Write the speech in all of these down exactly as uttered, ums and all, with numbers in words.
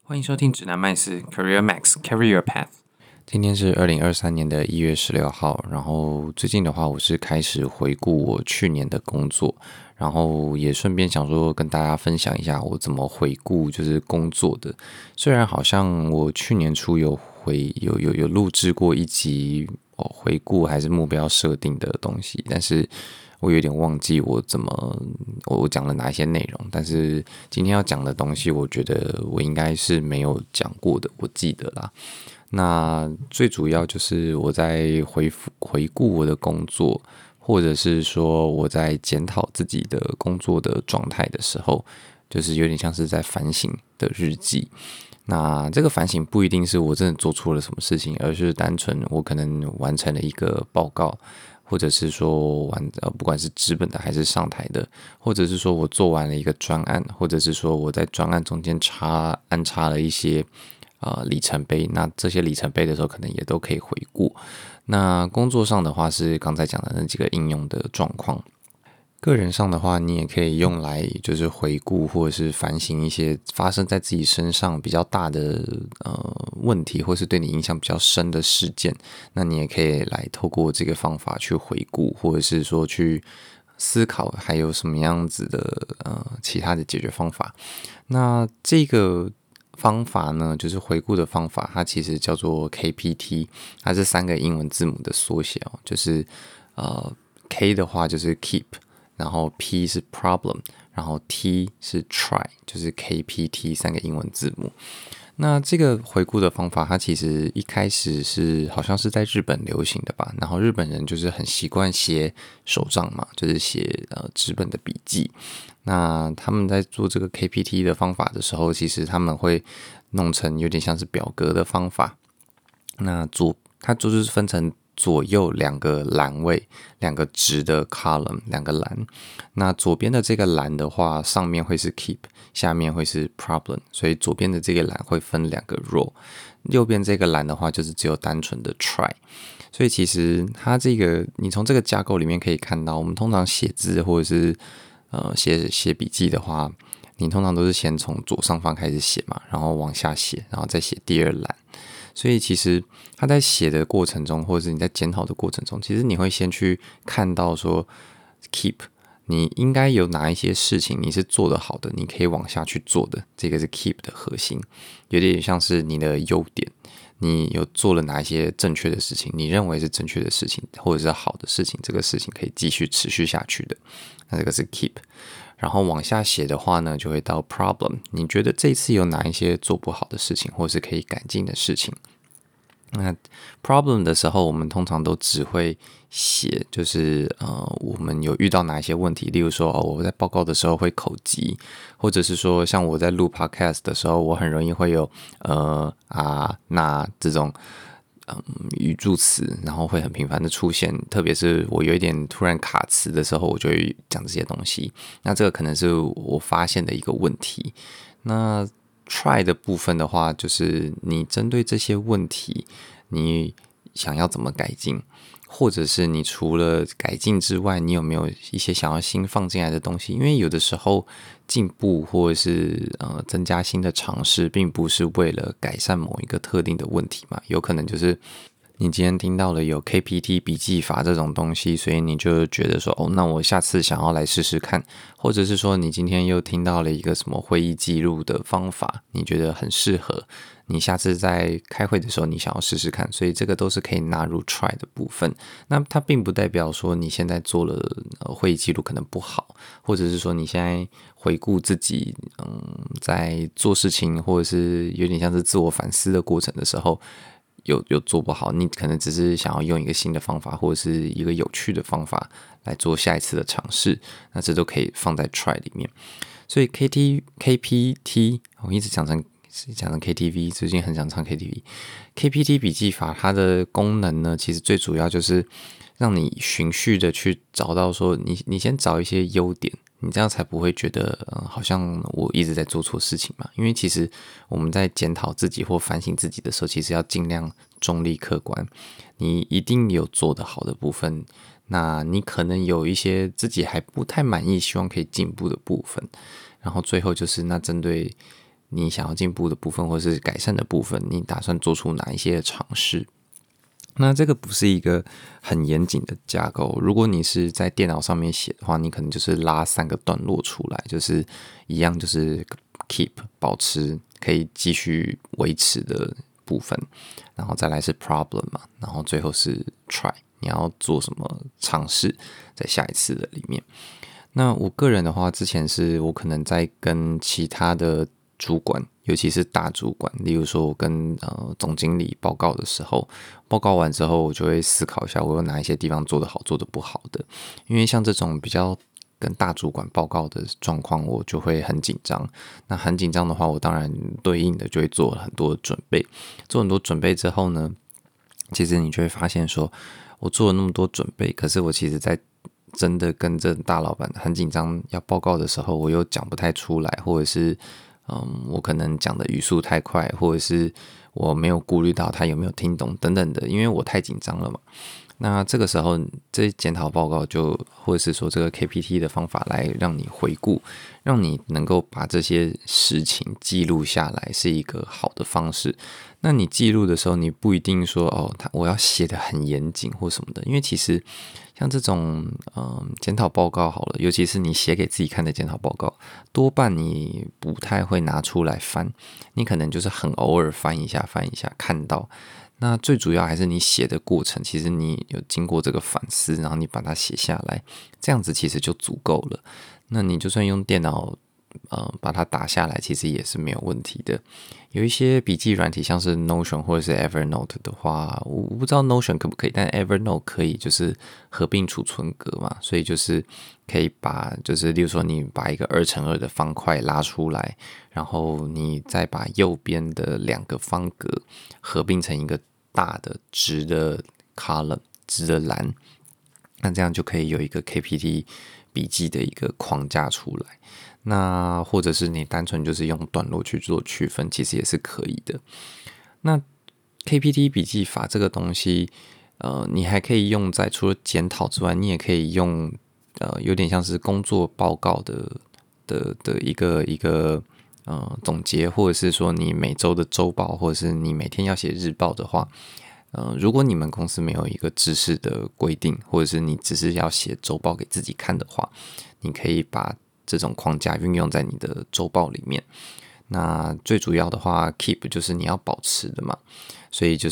欢迎收听指南麦斯 Career Max Carry Your Path。 今天是二零二三年的一月十六号，然后最近的话，我是开始回顾我去年的工作，然后也顺便想说跟大家分享一下我怎么回顾就是工作的。虽然好像我去年初有回有有有录制过一集哦回顾还是目标设定的东西，但是我有点忘记我怎么我讲了哪一些内容，但是今天要讲的东西，我觉得我应该是没有讲过的，我记得啦。那最主要就是我在回复回顾我的工作，或者是说我在检讨自己的工作的状态的时候，就是有点像是在反省的日记。那这个反省不一定是我真的做错了什么事情，而是单纯我可能完成了一个报告，或者是说完呃不管是纸本的还是上台的，或者是说我做完了一个专案，或者是说我在专案中间插安插了一些呃里程碑，那这些里程碑的时候可能也都可以回顾。那工作上的话是刚才讲的那几个应用的状况。个人上的话，你也可以用来就是回顾或者是反省一些发生在自己身上比较大的呃问题，或是对你影响比较深的事件。那你也可以来透过这个方法去回顾，或者是说去思考还有什么样子的呃其他的解决方法。那这个方法呢，就是回顾的方法，它其实叫做 K P T， 它是三个英文字母的缩写哦，就是呃 K 的话就是 keep。然后 P 是 problem， 然后 T 是 try， 就是 K P T 三个英文字母。那这个回顾的方法，它其实一开始是好像是在日本流行的吧。然后日本人就是很习惯写手账嘛，就是写呃纸本的笔记。那他们在做这个 K P T 的方法的时候，其实他们会弄成有点像是表格的方法。那左它就是分成左右两个栏位，两个直的 column， 两个栏。那左边的这个栏的话，上面会是 keep， 下面会是 problem， 所以左边的这个栏会分两个 row， 右边这个栏的话就是只有单纯的 try。所以其实它这个，你从这个架构里面可以看到，我们通常写字或者是呃写写笔记的话，你通常都是先从左上方开始写嘛，然后往下写，然后再写第二栏。所以其实他在写的过程中，或者是你在检讨的过程中，其实你会先去看到说 keep 你应该有哪一些事情你是做得好的，你可以往下去做的，这个是 keep 的核心，有点像是你的优点，你有做了哪一些正确的事情，你认为是正确的事情或者是好的事情，这个事情可以继续持续下去的，那这个是 keep。然后往下写的话呢，就会到 problem。你觉得这次有哪一些做不好的事情，或是可以改进的事情？那 problem 的时候，我们通常都只会写，就是呃，我们有遇到哪一些问题，例如说，哦，我在报告的时候会口急，或者是说，像我在录 podcast 的时候，我很容易会有呃啊那这种。嗯，语助词，然后会很频繁的出现，特别是我有一点突然卡词的时候，我就会讲这些东西。那这个可能是我发现的一个问题。那 try 的部分的话，就是你针对这些问题，你想要怎么改进，或者是你除了改进之外，你有没有一些想要新放进来的东西？因为有的时候进步或者是呃增加新的尝试，并不是为了改善某一个特定的问题嘛，有可能就是你今天听到了有 K P T 笔记法这种东西，所以你就觉得说，哦，那我下次想要来试试看，或者是说你今天又听到了一个什么会议记录的方法，你觉得很适合，你下次在开会的时候你想要试试看，所以这个都是可以纳入 try 的部分。那它并不代表说你现在做了、呃、会议记录可能不好，或者是说你现在回顾自己嗯在做事情，或者是有点像是自我反思的过程的时候。有有做不好，你可能只是想要用一个新的方法，或者是一个有趣的方法来做下一次的尝试，那这都可以放在 try 里面。所以 K T K P T 我一直讲成讲成 K T V， 最近很想唱 K T V。K P T 笔记法它的功能呢，其实最主要就是让你循序的去找到说你你先找一些优点。你这样才不会觉得、呃、好像我一直在做错事情嘛。因为其实我们在检讨自己或反省自己的时候，其实要尽量中立客观。你一定有做得好的部分，那你可能有一些自己还不太满意，希望可以进步的部分。然后最后就是那针对你想要进步的部分或是改善的部分，你打算做出哪一些尝试。那这个不是一个很严谨的架构，如果你是在电脑上面写的话，你可能就是拉三个段落出来，就是一样就是 keep 保持可以继续维持的部分，然后再来是 problem 嘛，然后最后是 try， 你要做什么尝试在下一次的里面。那我个人的话，之前是我可能在跟其他的主管，尤其是大主管，例如说我跟呃总经理报告的时候，报告完之后，我就会思考一下，我有哪一些地方做得好、做得不好的。因为像这种比较跟大主管报告的状况，我就会很紧张。那很紧张的话，我当然对应的就会做很多的准备。做很多准备之后呢，其实你就会发现说，我做了那么多准备，可是我其实在真的跟这大老板很紧张要报告的时候，我又讲不太出来，或者是嗯，我可能讲的语速太快，或者是我没有顾虑到他有没有听懂等等的，因为我太紧张了嘛。那这个时候，这检讨报告就或者是说这个 K P T 的方法来让你回顾，让你能够把这些事情记录下来，是一个好的方式。那你记录的时候，你不一定说哦，他我要写得很严谨或什么的，因为其实像这种嗯检讨报告好了，尤其是你写给自己看的检讨报告，多半你不太会拿出来翻，你可能就是很偶尔翻一下翻一下看到。那最主要还是你写的过程，其实你有经过这个反思，然后你把它写下来，这样子其实就足够了。那你就算用电脑呃把它打下来，其实也是没有问题的。有一些笔记软体，像是 Notion 或者是 Evernote 的话，我不知道 Notion 可不可以，但 Evernote 可以，就是合并储存格嘛，所以就是可以把，就是例如说你把一个二乘二的方块拉出来，然后你再把右边的两个方格合并成一个大的直的 column 直的栏，那这样就可以有一个 K P T 笔记的一个框架出来。那或者是你单纯就是用段落去做区分，其实也是可以的。那 K P T 笔记法这个东西，呃，你还可以用在除了检讨之外，你也可以用，呃，有点像是工作报告的的的一个一个呃总结，或者是说你每周的周报，或者是你每天要写日报的话，呃，如果你们公司没有一个制式的规定，或者是你只是要写周报给自己看的话，你可以把这种框架运用在你的周报里面。那最主要的话 keep 就是你要保持的嘛，所以就是、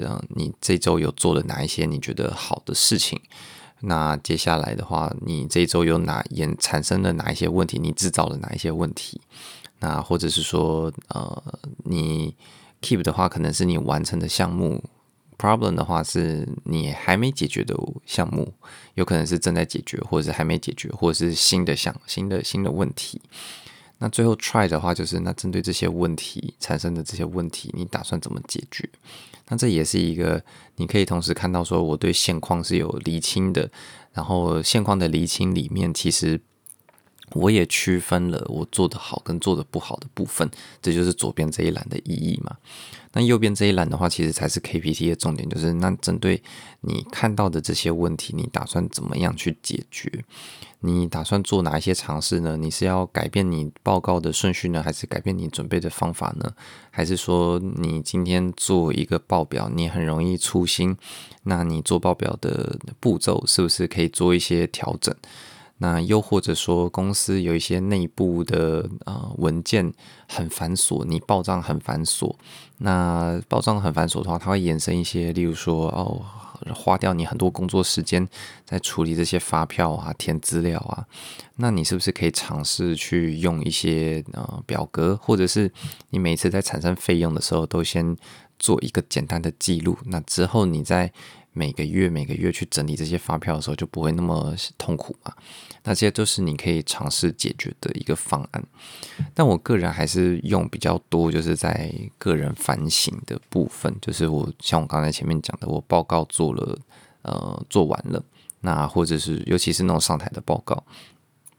呃、你这周有做了哪一些你觉得好的事情，那接下来的话你这周有哪也产生了哪一些问题，你制造了哪一些问题，那或者是说呃你 keep 的话可能是你完成的项目， problem 的话是你还没解决的项目，有可能是正在解决，或者是还没解决，或者是新的项新的新的问题。那最后 try 的话，就是那针对这些问题产生的这些问题，你打算怎么解决？那这也是一个你可以同时看到说我对现况是有厘清的，然后现况的厘清里面，其实我也区分了我做得好跟做得不好的部分，这就是左边这一栏的意义嘛。那右边这一栏的话，其实才是 K P T 的重点，就是那针对你看到的这些问题，你打算怎么样去解决？你打算做哪一些尝试呢？你是要改变你报告的顺序呢，还是改变你准备的方法呢？还是说你今天做一个报表，你很容易粗心，那你做报表的步骤是不是可以做一些调整？那又或者说公司有一些内部的呃文件很繁琐，你报账很繁琐，那报账很繁琐的话，它会衍生一些，例如说哦，花掉你很多工作时间在处理这些发票啊、填资料啊，那你是不是可以尝试去用一些呃表格，或者是你每次在产生费用的时候都先做一个简单的记录，那之后你在每个月每个月去整理这些发票的时候就不会那么痛苦嘛。那这些都是你可以尝试解决的一个方案。但我个人还是用比较多，就是在个人反省的部分，就是我像我刚才前面讲的，我报告做了呃做完了，那或者是尤其是那种上台的报告，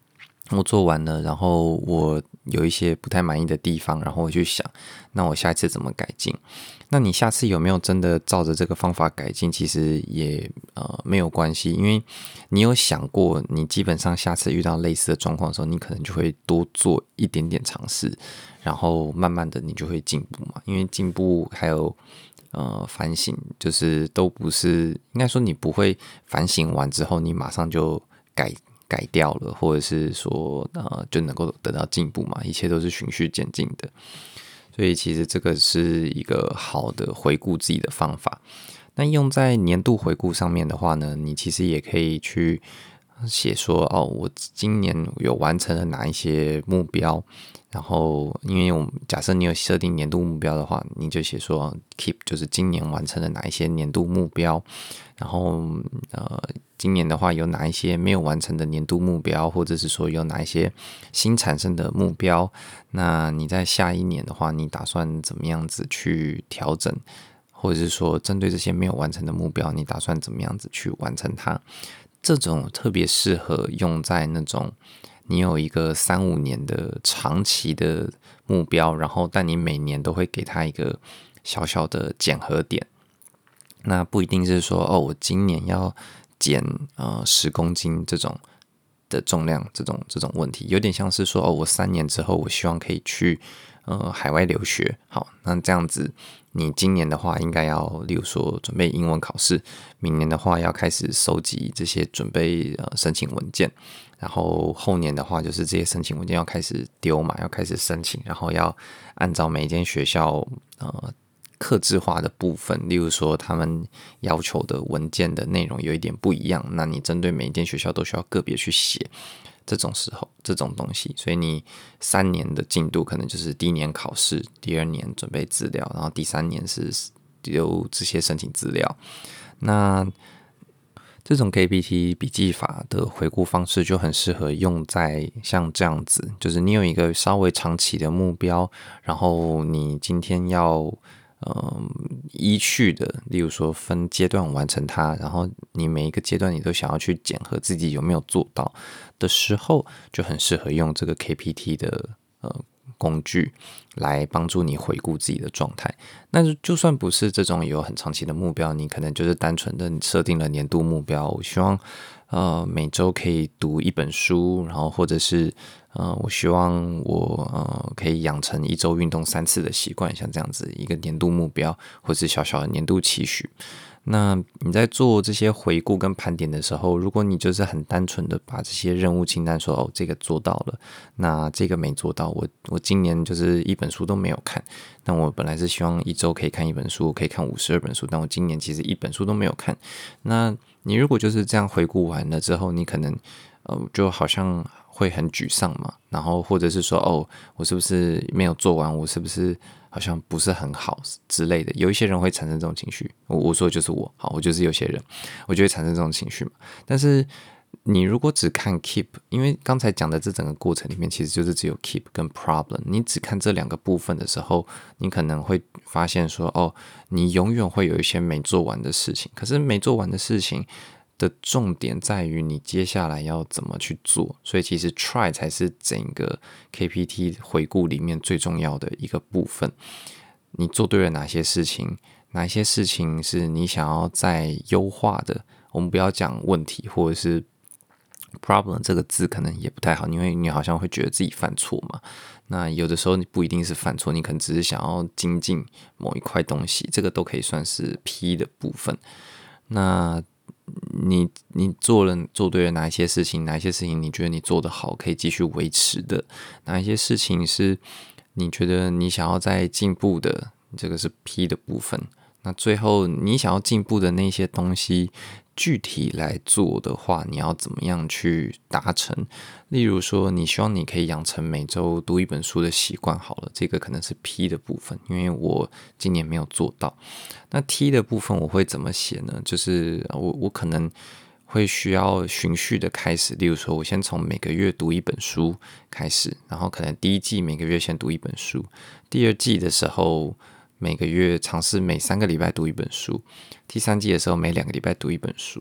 我做完了，然后我有一些不太满意的地方，然后我去想，那我下一次怎么改进？那你下次有没有真的照着这个方法改进？其实也呃没有关系，因为你有想过，你基本上下次遇到类似的状况的时候，你可能就会多做一点点尝试，然后慢慢的你就会进步嘛。因为进步还有呃反省，就是都不是，应该说你不会反省完之后，你马上就改。改掉了，或者是说呃就能够得到进步嘛，一切都是循序渐进的，所以其实这个是一个好的回顾自己的方法。那用在年度回顾上面的话呢，你其实也可以去写说哦，我今年有完成了哪一些目标，然后因为我们假设你有设定年度目标的话，你就写说 keep 就是今年完成了哪一些年度目标，然后呃今年的话有哪一些没有完成的年度目标，或者是说有哪一些新产生的目标，那你在下一年的话，你打算怎么样子去调整，或者是说针对这些没有完成的目标，你打算怎么样子去完成它？这种特别适合用在那种你有一个三五年的长期的目标，然后但你每年都会给它一个小小的检核点。那不一定是说哦，我今年要减呃十公斤这种的重量，这种这种问题，有点像是说哦，我三年之后我希望可以去呃海外留学。好，那这样子，你今年的话应该要，例如说准备英文考试，明年的话要开始收集这些准备呃申请文件，然后后年的话就是这些申请文件要开始丢嘛，要开始申请，然后要按照每一间学校呃。客制化的部分，例如说他们要求的文件的内容有一点不一样，那你针对每一间学校都需要个别去写这种时候这种东西，所以你三年的进度可能就是第一年考试，第二年准备资料，然后第三年是丢这些申请资料。那这种 K P T 笔记法的回顾方式就很适合用在像这样子，就是你有一个稍微长期的目标，然后你今天要嗯，依序的，例如说分阶段完成它，然后你每一个阶段你都想要去检核自己有没有做到的时候，就很适合用这个 K P T 的呃工具来帮助你回顾自己的状态。那就算不是这种有很长期的目标，你可能就是单纯的设定了年度目标，我希望呃每周可以读一本书，然后或者是呃我希望我呃可以养成一周运动三次的习惯，像这样子一个年度目标，或是小小的年度期许。那你在做这些回顾跟盘点的时候，如果你就是很单纯的把这些任务清单说哦，这个做到了，那这个没做到，我我今年就是一本书都没有看，但我本来是希望一周可以看一本书，可以看五十二本书，但我今年其实一本书都没有看。那你如果就是这样回顾完了之后，你可能呃就好像会很沮丧嘛，然后或者是说哦，我是不是没有做完，我是不是好像不是很好之类的，有一些人会产生这种情绪。我我说的就是我，好，我就是有些人，我就会产生这种情绪嘛。但是你如果只看 keep， 因为刚才讲的这整个过程里面，其实就是只有 keep 跟 problem。你只看这两个部分的时候，你可能会发现说，哦，你永远会有一些没做完的事情。可是没做完的事情的重点在于你接下来要怎么去做，所以其实 try 才是整个 K P T 回顾里面最重要的一个部分。你做对了哪些事情，哪一些事情是你想要再优化的，我们不要讲问题或者是 problem 这个字可能也不太好，因为你好像会觉得自己犯错嘛。那有的时候你不一定是犯错，你可能只是想要精进某一块东西，这个都可以算是 P 的部分。那你你做了做对了哪一些事情？哪一些事情你觉得你做得好，可以继续维持的？哪一些事情是你觉得你想要再进步的？这个是 P 的部分。那最后你想要进步的那些东西，具体来做的话，你要怎么样去达成？例如说，你希望你可以养成每周读一本书的习惯，好了，这个可能是 P 的部分，因为我今年没有做到。那 T 的部分我会怎么写呢？就是我我可能会需要循序的开始，例如说，我先从每个月读一本书开始，然后可能第一季每个月先读一本书，第二季的时候每个月尝试每三个礼拜读一本书，第三季的时候每两个礼拜读一本书。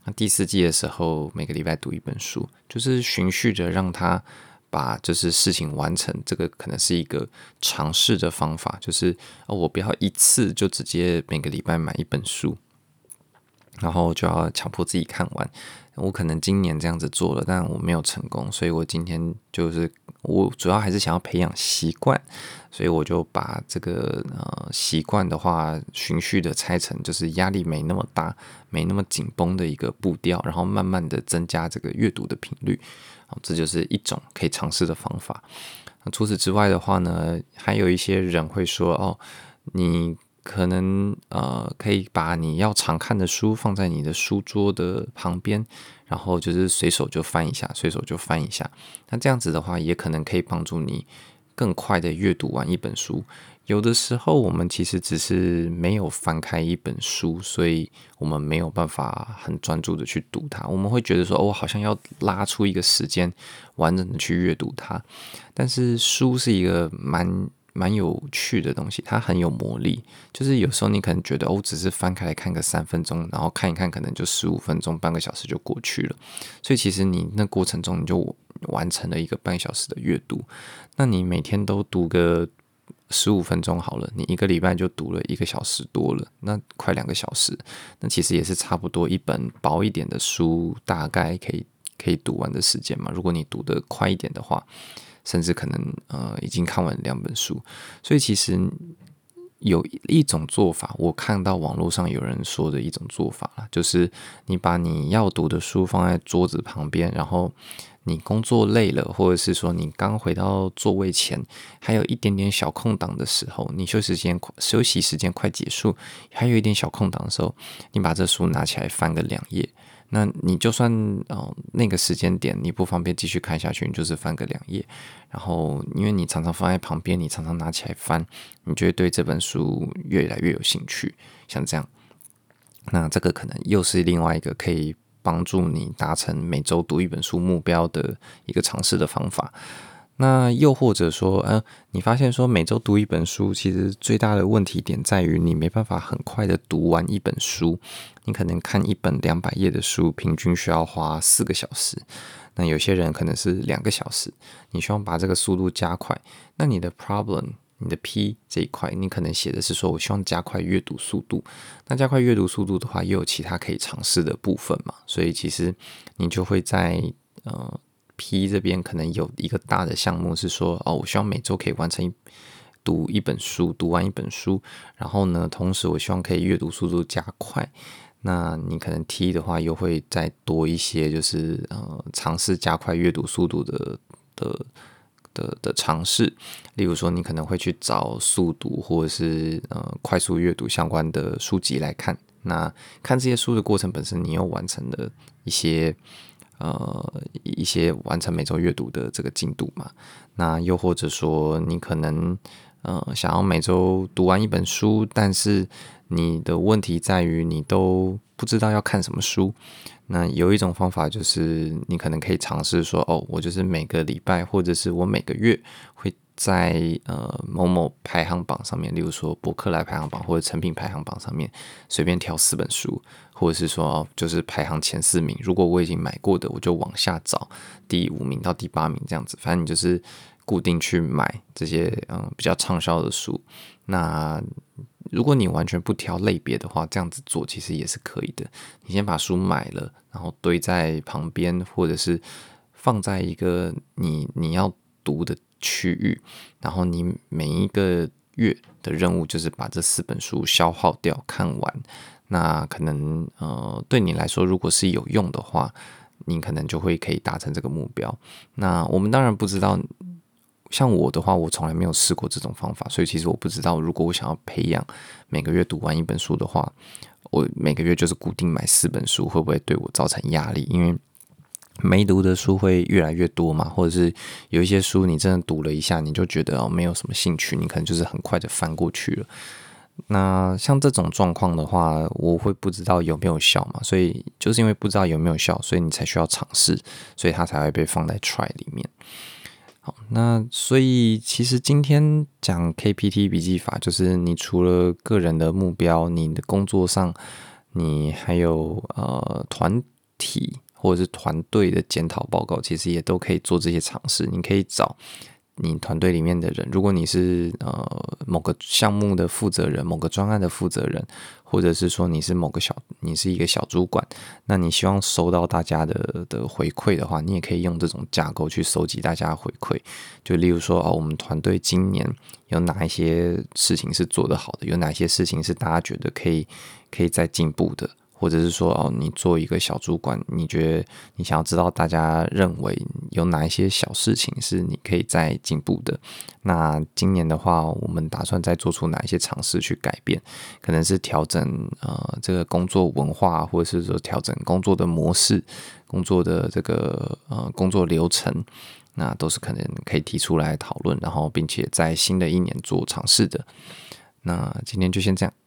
那第四季的时候，每个礼拜读一本书，就是循序的让他把就是事情完成，这个可能是一个尝试的方法，就是哦，我不要一次就直接每个礼拜买一本书，然后就要强迫自己看完。我可能今年这样子做了，但我没有成功，所以我今天就是我主要还是想要培养习惯，所以我就把这个呃习惯的话，循序的拆成就是压力没那么大、没那么紧绷的一个步调，然后慢慢的增加这个阅读的频率。好，这就是一种可以尝试的方法。那除此之外的话呢，还有一些人会说哦，你可能呃可以把你要常看的书放在你的书桌的旁边，然后就是随手就翻一下，随手就翻一下。那这样子的话，也可能可以帮助你更快的阅读完一本书。有的时候我们其实只是没有翻开一本书，所以我们没有办法很专注的去读它。我们会觉得说，哦，我好像要拉出一个时间，完整的去阅读它。但是书是一个蛮蛮有趣的东西，它很有魔力。就是有时候你可能觉得，哦，只是翻开来看个三分钟，然后看一看，可能就十五分钟、半个小时就过去了。所以其实你那过程中，你就完成了一个半小时的阅读。那你每天都读个十五分钟好了，你一个礼拜就读了一个小时多了，那快两个小时，那其实也是差不多一本薄一点的书，大概可以可以读完的时间嘛。如果你读得快一点的话，甚至可能呃已经看完两本书。所以其实有一种做法，我看到网络上有人说的一种做法啦，就是你把你要读的书放在桌子旁边，然后你工作累了，或者是说你刚回到座位前，还有一点点小空档的时候，你休息时间休息时间快结束，还有一点小空档的时候，你把这书拿起来翻个两页。那你就算哦那个时间点你不方便继续看下去，你就是翻个两页，然后因为你常常放在旁边，你常常拿起来翻，你就会对这本书越来越有兴趣，像这样。那这个可能又是另外一个可以帮助你达成每周读一本书目标的一个尝试的方法。那又或者说，呃，你发现说每周读一本书，其实最大的问题点在于你没办法很快的读完一本书。你可能看一本两百页的书，平均需要花四个小时。那有些人可能是两个小时，你希望把这个速度加快。那你的 problem， 你的 P 这一块，你可能写的是说我希望加快阅读速度。那加快阅读速度的话，又有其他可以尝试的部分嘛？所以其实你就会在呃。P 这边可能有一个大的项目是说，哦，我希望每周可以完成一读一本书，读完一本书，然后呢，同时我希望可以阅读速度加快。那你可能 T 的话，又会再多一些，就是呃，尝试加快阅读速度的的的的尝试。例如说，你可能会去找速读或者是呃快速阅读相关的书籍来看。那看这些书的过程本身，你又完成了一些。呃，一些完成每周阅读的这个进度嘛，那又或者说你可能呃想要每周读完一本书，但是你的问题在于你都不知道要看什么书。那有一种方法就是你可能可以尝试说，哦，我就是每个礼拜或者是我每个月会在呃某某排行榜上面，例如说博客来排行榜或者成品排行榜上面随便挑四本书，或者是说哦就是排行前四名，如果我已经买过的，我就往下找第五名到第八名这样子，反正你就是固定去买这些嗯比较畅销的书。那如果你完全不挑类别的话，这样子做其实也是可以的。你先把书买了，然后堆在旁边，或者是放在一个你你要读的区域，然后你每一个月的任务就是把这四本书消耗掉，看完。那可能呃对你来说，如果是有用的话，你可能就会可以达成这个目标。那我们当然不知道。像我的话，我从来没有试过这种方法，所以其实我不知道，如果我想要培养每个月读完一本书的话，我每个月就是固定买四本书，会不会对我造成压力？因为没读的书会越来越多嘛，或者是有一些书你真的读了一下，你就觉得哦没有什么兴趣，你可能就是很快的翻过去了。那像这种状况的话，我会不知道有没有效嘛，所以就是因为不知道有没有效，所以你才需要尝试，所以它才会被放在 try 里面。好，那所以其实今天讲 K P T 笔记法，就是你除了个人的目标，你的工作上，你还有呃团体或者是团队的检讨报告，其实也都可以做这些尝试。你可以找你团队里面的人，如果你是呃某个项目的负责人，某个专案的负责人，或者是说你是某个小，你是一个小主管，那你希望收到大家的的回馈的话，你也可以用这种架构去收集大家的回馈。就例如说，哦，我们团队今年有哪一些事情是做得好的，有哪些事情是大家觉得可以可以再进步的。或者是说，哦，你做一个小主管，你觉得你想要知道大家认为有哪一些小事情是你可以再进步的。那今年的话，我们打算再做出哪一些尝试去改变，可能是调整呃这个工作文化，或者是说调整工作的模式、工作的这个呃工作流程，那都是可能可以提出来讨论，然后并且在新的一年做尝试的。那今天就先这样。